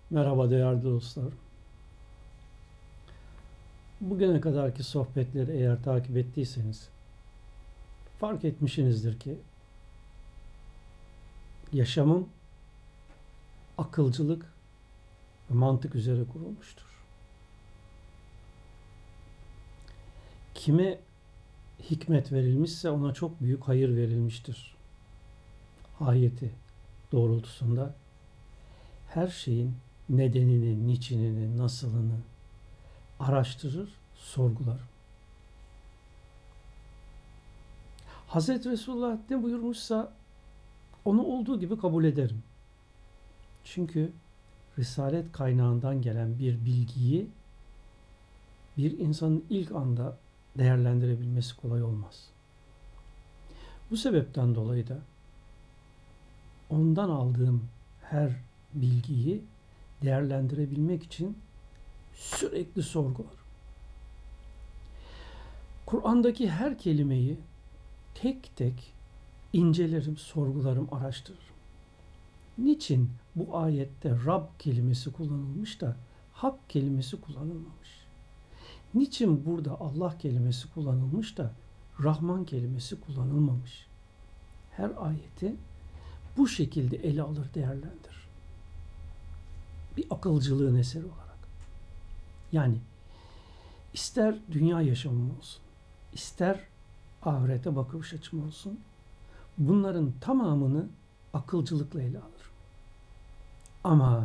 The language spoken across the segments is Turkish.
Merhaba değerli dostlar. Bugüne kadarki sohbetleri eğer takip ettiyseniz fark etmişsinizdir ki yaşamım akılcılık ve mantık üzere kurulmuştur. Kime hikmet verilmişse ona çok büyük hayır verilmiştir. Ayeti doğrultusunda her şeyin nedenini, niçinini, nasılını araştırır, sorgular. Hazreti Resulullah ne buyurmuşsa onu olduğu gibi kabul ederim. Çünkü Risalet kaynağından gelen bir bilgiyi bir insanın ilk anda değerlendirebilmesi kolay olmaz. Bu sebepten dolayı da ondan aldığım her bilgiyi değerlendirebilmek için sürekli sorgularım. Kur'an'daki her kelimeyi tek tek incelerim, sorgularım, araştırırım. Niçin bu ayette Rab kelimesi kullanılmış da Hak kelimesi kullanılmamış? Niçin burada Allah kelimesi kullanılmış da Rahman kelimesi kullanılmamış? Her ayeti bu şekilde ele alır, değerlendirir. Bir akılcılığın eseri olarak. Yani ister dünya yaşamım olsun, ister ahirete bakış açım olsun, bunların tamamını akılcılıkla ele alır. Ama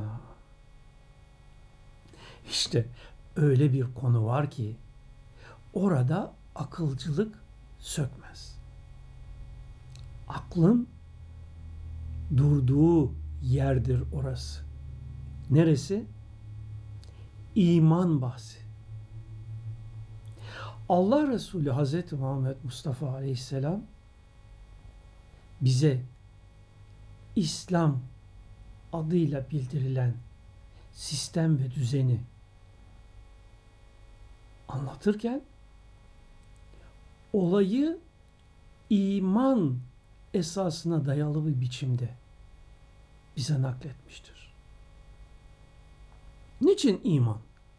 işte öyle bir konu var ki orada akılcılık sökmez. Aklın durduğu yerdir orası. Neresi? İman bahsi. Allah Resulü Hazreti Muhammed Mustafa Aleyhisselam bize İslam adıyla bildirilen sistem ve düzeni anlatırken olayı iman esasına dayalı bir biçimde bize nakletmiştir. Niçin iman?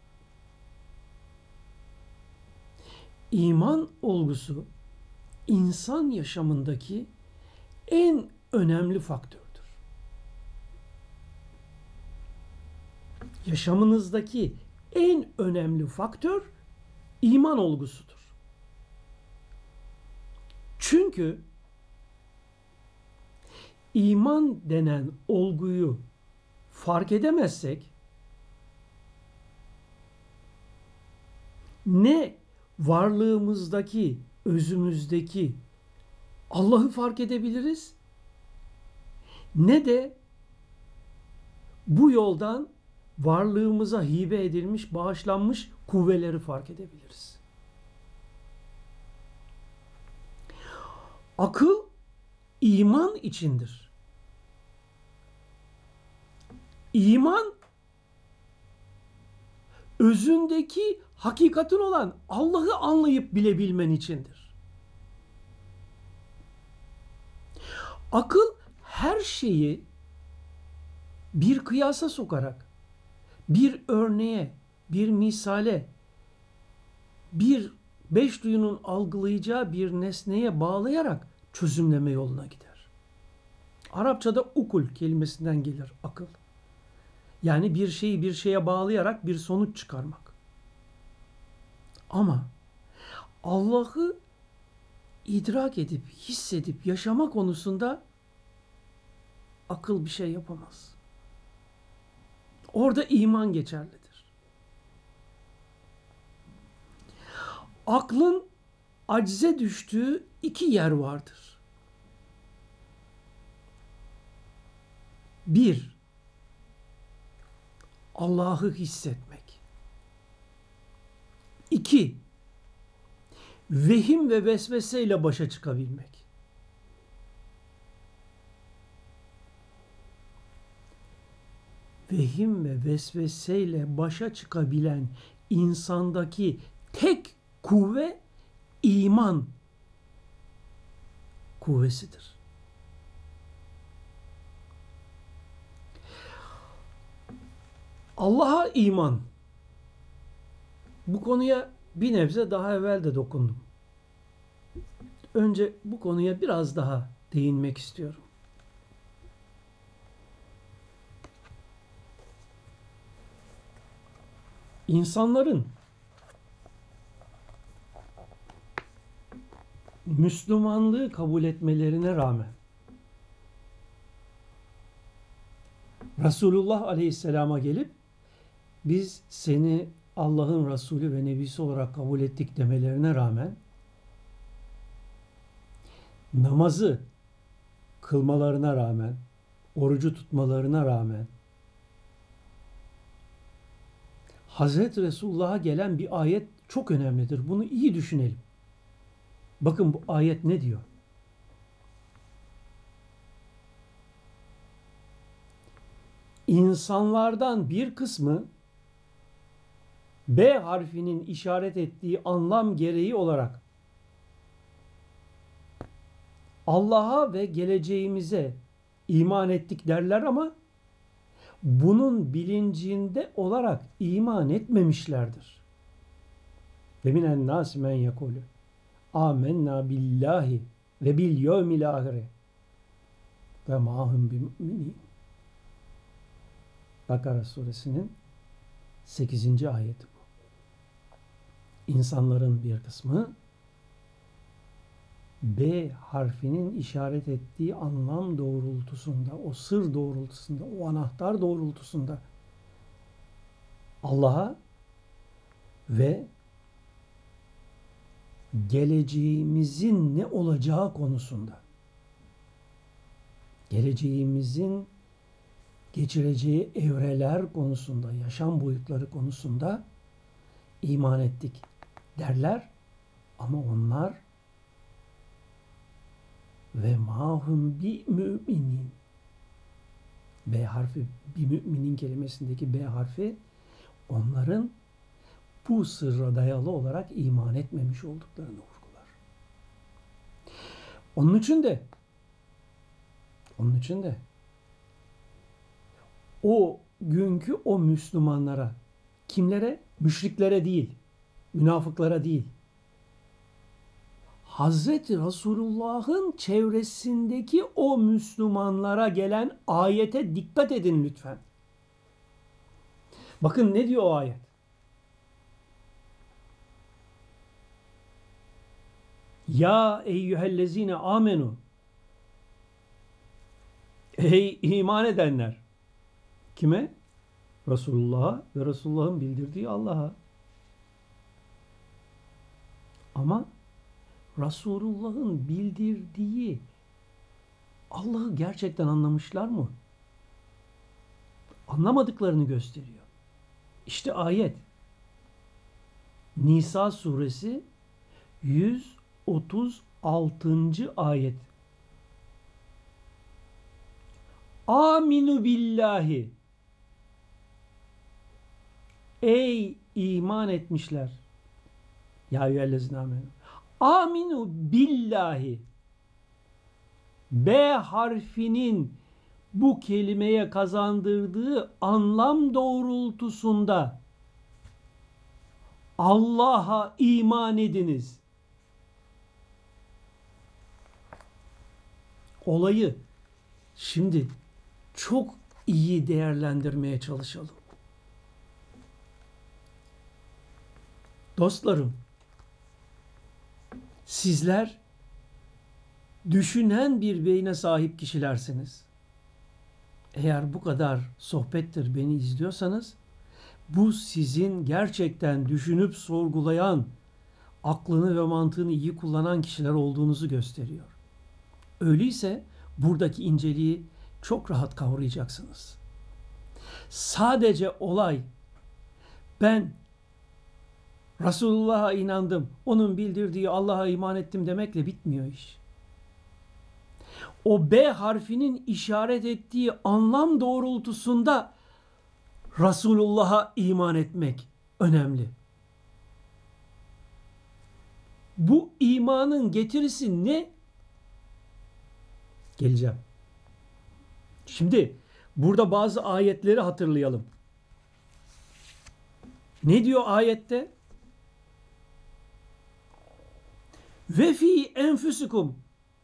İman olgusu insan yaşamındaki en önemli faktördür. Yaşamınızdaki en önemli faktör iman olgusudur. Çünkü iman denen olguyu fark edemezsek ne varlığımızdaki, özümüzdeki Allah'ı fark edebiliriz ne de bu yoldan varlığımıza hibe edilmiş, bağışlanmış kuvveleri fark edebiliriz. Akıl iman içindir. İman özündeki hakikatin olan Allah'ı anlayıp bilebilmen içindir. Akıl her şeyi bir kıyasa sokarak, bir örneğe, bir misale, bir beş duyunun algılayacağı bir nesneye bağlayarak çözümleme yoluna gider. Arapçada ukul kelimesinden gelir akıl. Yani bir şeyi bir şeye bağlayarak bir sonuç çıkarmak. Ama Allah'ı idrak edip, hissedip yaşama konusunda akıl bir şey yapamaz. Orada iman geçerlidir. Aklın acize düştüğü iki yer vardır. Bir, Allah'ı hissetmek. İki, vehim ve vesveseyle başa çıkabilmek. Vehim ve vesveseyle başa çıkabilen insandaki tek kuvve iman kuvvesidir. Allah'a iman. Bu konuya bir nebze daha evvel de dokundum. Önce bu konuya biraz daha değinmek istiyorum. İnsanların Müslümanlığı kabul etmelerine rağmen Resulullah Aleyhisselam'a gelip biz seni Allah'ın Resulü ve Nebisi olarak kabul ettik demelerine rağmen namazı kılmalarına rağmen, orucu tutmalarına rağmen Hazreti Resulullah'a gelen bir ayet çok önemlidir. Bunu iyi düşünelim. Bakın bu ayet ne diyor? İnsanlardan bir kısmı B harfinin işaret ettiği anlam gereği olarak Allah'a ve geleceğimize iman ettik derler ama bunun bilincinde olarak iman etmemişlerdir. Ve minen nâsi men yekulü âmennâ billahi ve bil yevmil âhire ve mâhum bimü'minin. Bakara suresinin 8. ayeti bu. İnsanların bir kısmı B harfinin işaret ettiği anlam doğrultusunda, o sır doğrultusunda, o anahtar doğrultusunda Allah'a ve geleceğimizin ne olacağı konusunda, geleceğimizin geçireceği evreler konusunda, yaşam boyutları konusunda iman ettik derler ama onlar ve mahum bi müminin, B harfi, bir müminin kelimesindeki B harfi onların bu sırra dayalı olarak iman etmemiş olduklarını vurgular. Onun için de o günkü o Müslümanlara, kimlere? Müşriklere değil, münafıklara değil. Hazreti Resulullah'ın çevresindeki o Müslümanlara gelen ayete dikkat edin lütfen. Bakın ne diyor o ayet? Ya eyyühellezine amenu. Ey iman edenler. Kime? Resulullah'a ve Resulullah'ın bildirdiği Allah'a. Ama Resulullah'ın bildirdiği Allah'ı gerçekten anlamışlar mı? Anlamadıklarını gösteriyor. İşte ayet. Nisa suresi 136. ayet. Aminu billahi. Ey iman etmişler. Ya eyyühellezine amenu. Aminu billahi. B harfinin bu kelimeye kazandırdığı anlam doğrultusunda Allah'a iman ediniz. Olayı şimdi çok iyi değerlendirmeye çalışalım. Dostlarım, sizler düşünen bir beyne sahip kişilersiniz. Eğer bu kadar sohbettir beni izliyorsanız, bu sizin gerçekten düşünüp sorgulayan, aklını ve mantığını iyi kullanan kişiler olduğunuzu gösteriyor. Öyleyse buradaki inceliği çok rahat kavrayacaksınız. Sadece olay ben Resulullah'a inandım, onun bildirdiği Allah'a iman ettim demekle bitmiyor iş. O B harfinin işaret ettiği anlam doğrultusunda Resulullah'a iman etmek önemli. Bu imanın getirisi ne? Geleceğim. Şimdi burada bazı ayetleri hatırlayalım. Ne diyor ayette? Ve fi enfusikum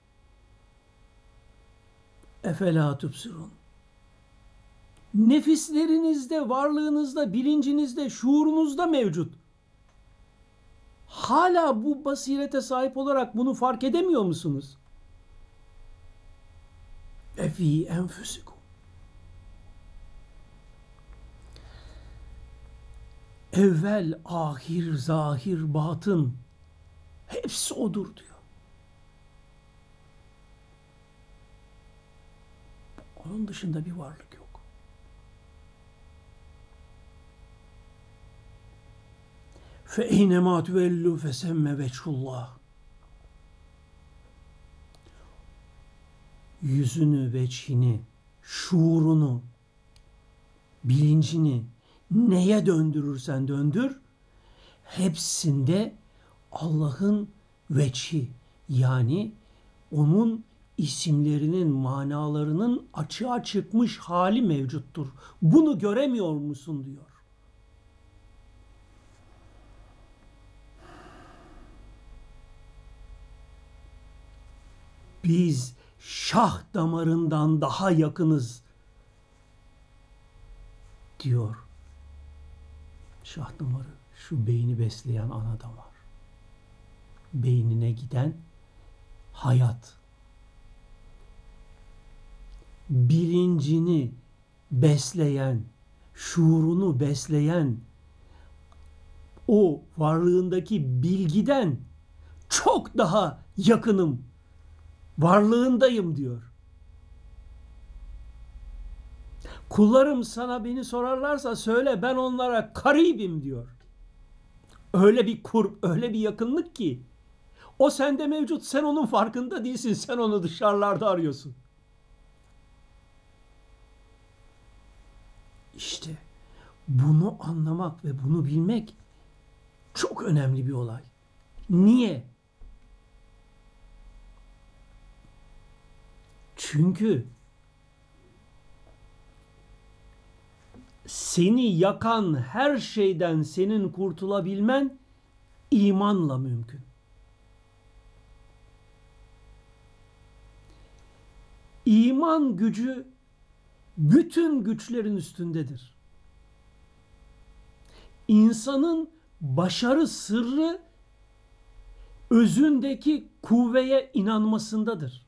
efela tubsirun. Nefislerinizde, varlığınızda, bilincinizde, şuurunuzda mevcut. Hala bu basirete sahip olarak bunu fark edemiyor musunuz? Ve fi enfusikum. Evvel, ahir, zahir, batın hepsi odur diyor. Onun dışında bir varlık yok. Fe eynemâ tüvellû fesemme veçhullah. Yüzünü, veçhini, şuurunu, bilincini neye döndürürsen döndür, hepsinde Allah'ın veçhi, yani onun isimlerinin, manalarının açığa çıkmış hali mevcuttur. Bunu göremiyor musun diyor. Biz şah damarından daha yakınız diyor. Şah damarı, şu beyni besleyen ana damar. Beynine giden hayat. Bilincini besleyen, şuurunu besleyen o varlığındaki bilgiden çok daha yakınım, varlığındayım diyor. Kullarım sana beni sorarlarsa söyle, ben onlara karibim diyor. Öyle bir kurb, öyle bir yakınlık ki o sende mevcut, sen onun farkında değilsin, sen onu dışarılarda arıyorsun. İşte bunu anlamak ve bunu bilmek çok önemli bir olay. Niye? Çünkü seni yakan her şeyden senin kurtulabilmen imanla mümkün. İman gücü bütün güçlerin üstündedir. İnsanın başarı sırrı özündeki kuvveye inanmasındadır.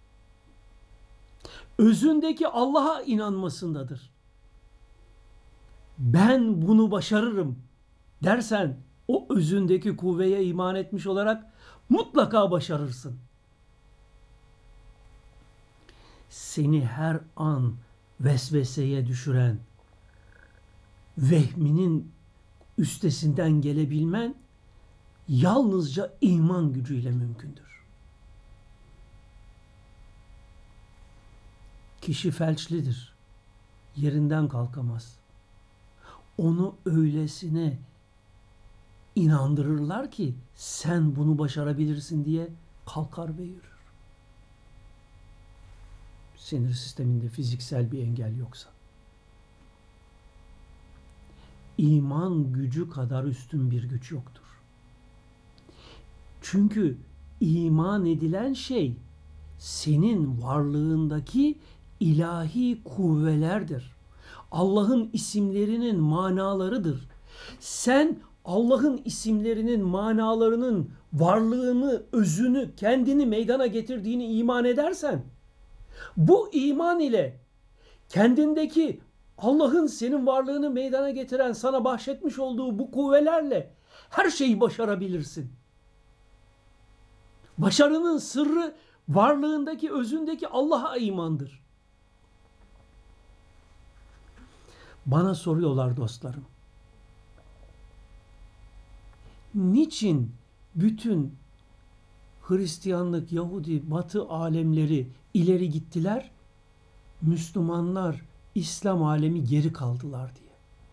Özündeki Allah'a inanmasındadır. Ben bunu başarırım dersen o özündeki kuvveye iman etmiş olarak mutlaka başarırsın. Seni her an vesveseye düşüren, vehminin üstesinden gelebilmen yalnızca iman gücüyle mümkündür. Kişi felçlidir, yerinden kalkamaz. Onu öylesine inandırırlar ki sen bunu başarabilirsin diye kalkar ve yürür. Sinir sisteminde fiziksel bir engel yoksa. İman gücü kadar üstün bir güç yoktur. Çünkü iman edilen şey senin varlığındaki ilahi kuvvelerdir. Allah'ın isimlerinin manalarıdır. Sen Allah'ın isimlerinin manalarının varlığını, özünü, kendini meydana getirdiğini iman edersen, bu iman ile kendindeki Allah'ın senin varlığını meydana getiren, sana bahşetmiş olduğu bu kuvvelerle her şeyi başarabilirsin. Başarının sırrı varlığındaki, özündeki Allah'a imandır. Bana soruyorlar dostlarım. Niçin bütün Hristiyanlık, Yahudi, Batı alemleri ileri gittiler, Müslümanlar, İslam alemi geri kaldılar diye.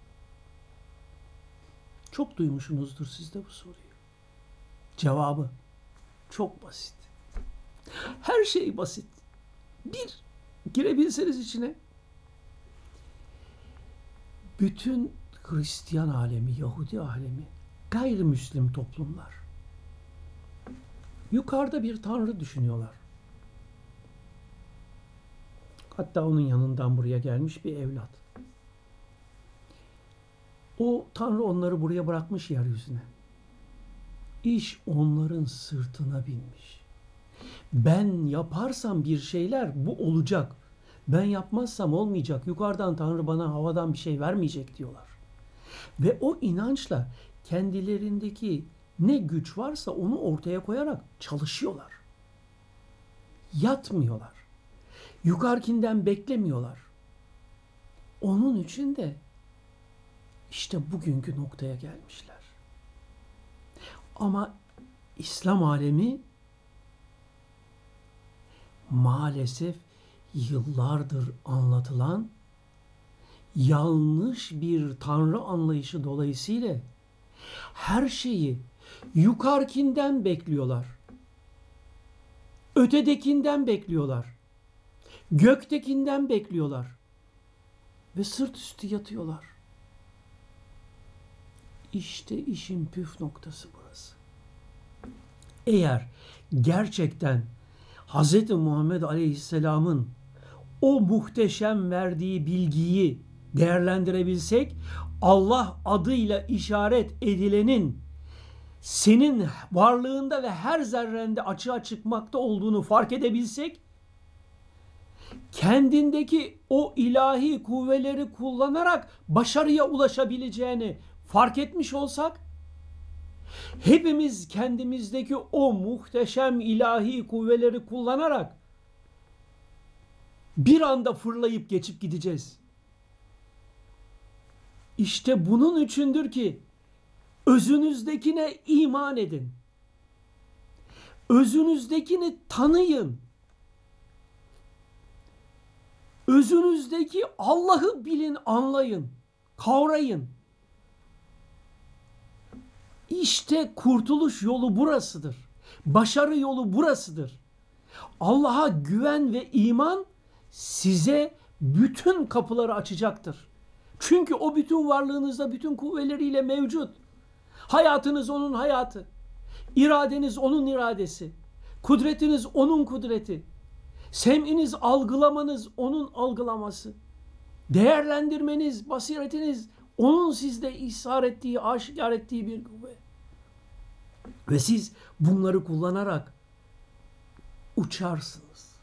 Çok duymuşsunuzdur siz de bu soruyu. Cevabı çok basit. Her şey basit. Bir, girebilseniz içine, bütün Hristiyan alemi, Yahudi alemi, gayrimüslim toplumlar yukarıda bir tanrı düşünüyorlar. Hatta onun yanından buraya gelmiş bir evlat. O tanrı onları buraya bırakmış yeryüzüne. İş onların sırtına binmiş. Ben yaparsam bir şeyler bu olacak. Ben yapmazsam olmayacak. Yukarıdan Tanrı bana havadan bir şey vermeyecek diyorlar. Ve o inançla kendilerindeki ne güç varsa onu ortaya koyarak çalışıyorlar. Yatmıyorlar. Yukarıkinden beklemiyorlar. Onun için de işte bugünkü noktaya gelmişler. Ama İslam alemi maalesef yıllardır anlatılan yanlış bir tanrı anlayışı dolayısıyla her şeyi yukarıkinden bekliyorlar. Ötedekinden bekliyorlar. Göktekinden bekliyorlar. Ve sırt üstü yatıyorlar. İşte işin püf noktası burası. Eğer gerçekten Hz. Muhammed Aleyhisselam'ın o muhteşem verdiği bilgiyi değerlendirebilsek, Allah adıyla işaret edilenin senin varlığında ve her zerrende açığa çıkmakta olduğunu fark edebilsek, kendindeki o ilahi kuvveleri kullanarak başarıya ulaşabileceğini fark etmiş olsak, hepimiz kendimizdeki o muhteşem ilahi kuvveleri kullanarak bir anda fırlayıp geçip gideceğiz. İşte bunun içindir ki özünüzdekine iman edin. Özünüzdekini tanıyın. Özünüzdeki Allah'ı bilin, anlayın, kavrayın. İşte kurtuluş yolu burasıdır. Başarı yolu burasıdır. Allah'a güven ve iman size bütün kapıları açacaktır. Çünkü o bütün varlığınızda bütün kuvvetleriyle mevcut. Hayatınız onun hayatı. İradeniz onun iradesi. Kudretiniz onun kudreti. Sem'iniz, algılamanız onun algılaması. Değerlendirmeniz, basiretiniz onun sizde ishar ettiği, aşikar ettiği bir kuvvet. Ve siz bunları kullanarak uçarsınız.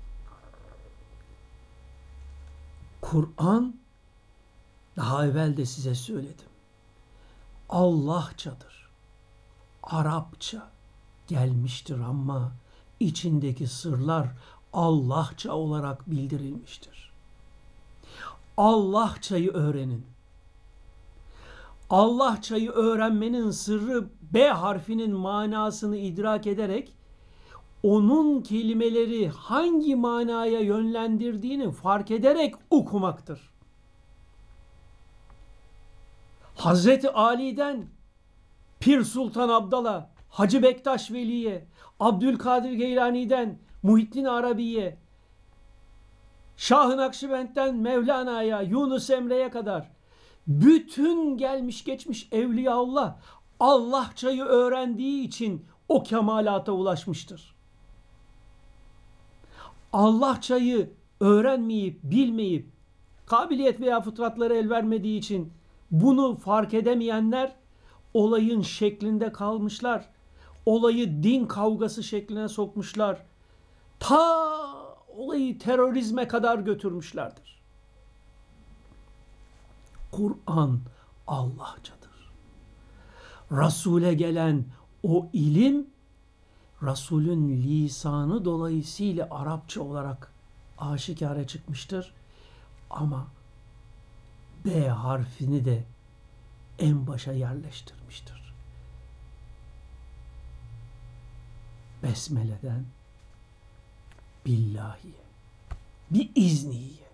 Kur'an, daha evvel de size söyledim, Allahçadır. Arapça gelmiştir ama içindeki sırlar Allahça olarak bildirilmiştir. Allahçayı öğrenin. Allahçayı öğrenmenin sırrı B harfinin manasını idrak ederek onun kelimeleri hangi manaya yönlendirdiğini fark ederek okumaktır. Hazreti Ali'den Pir Sultan Abdal'a, Hacı Bektaş Veli'ye, Abdülkadir Geylani'den Muhittin Arabi'ye, Şah-ı Nakşibend'den Mevlana'ya, Yunus Emre'ye kadar bütün gelmiş geçmiş Evliyaullah Allahçayı öğrendiği için o kemalata ulaşmıştır. Allahçayı öğrenmeyip, bilmeyip, kabiliyet veya fıtratları el vermediği için bunu fark edemeyenler olayın şeklinde kalmışlar. Olayı din kavgası şekline sokmuşlar. Ta olayı terörizme kadar götürmüşlerdir. Kur'an Allahçadır. Resul'e gelen o ilim, Resul'ün lisanı dolayısıyla Arapça olarak aşikare çıkmıştır. Ama B harfini de en başa yerleştirmiştir. Besmele'den billahiye, biizniye.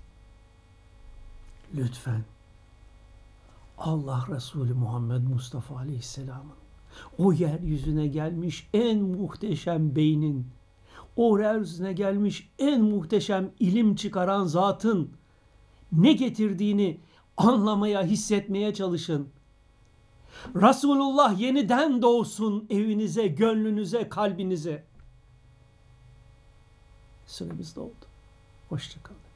Lütfen Allah Resulü Muhammed Mustafa Aleyhisselam'ın o yeryüzüne gelmiş en muhteşem beynin, o yeryüzüne gelmiş en muhteşem ilim çıkaran zatın ne getirdiğini Anlamaya, hissetmeye çalışın. Resulullah yeniden doğsun evinize, gönlünüze, kalbinize. Süremiz doldu. Hoşça kalın.